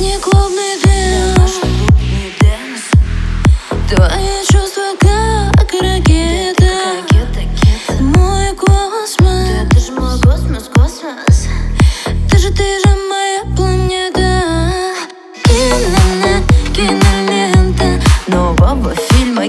не клубный дэнс. Твои чувства как ракета. Мой космос. Ты же мой космос, космос. Ты же моя планета. Кинолента нового фильма.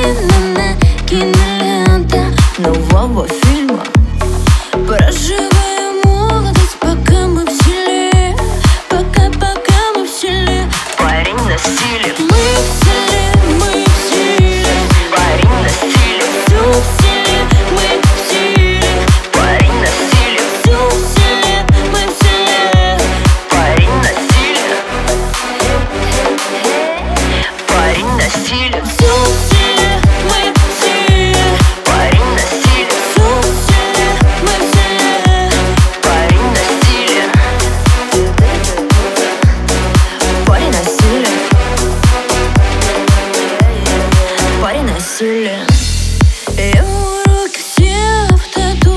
Кинолента нового фильма. Проживаем молодость, пока мы в силе. Пока мы в силе. Парень на стиле. Мы в силе, мы в силе. Парень на стиле. Всю в силе, мы в силе. Парень на стиле. Всю в силе, мы в силе. Парень на стиле. Парень на стиле. Всю в силе, мы в силе. Парень на стиле. Всю в силе, мы в силе. Парень на стиле. Парень на силе. Парень на силе. Его руки все в тату.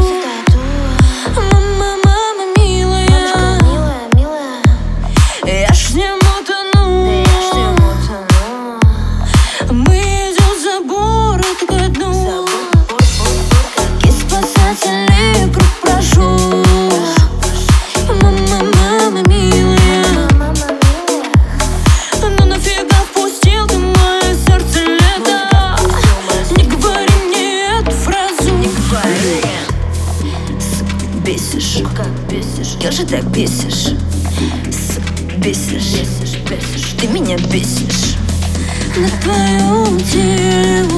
Мама, милая. Милая. Я ж в нем утону. Мы идем за борт ко дну. И спасателей круг прошу. Мама, милая. Ну нафига впустил ты мое сердце лето? Не говори мне эту фразу. Не говори. Бесишь. Как бесишь. Я же так бесишь. Бесишь. Бесишь. Ты меня бесишь. На твоем теле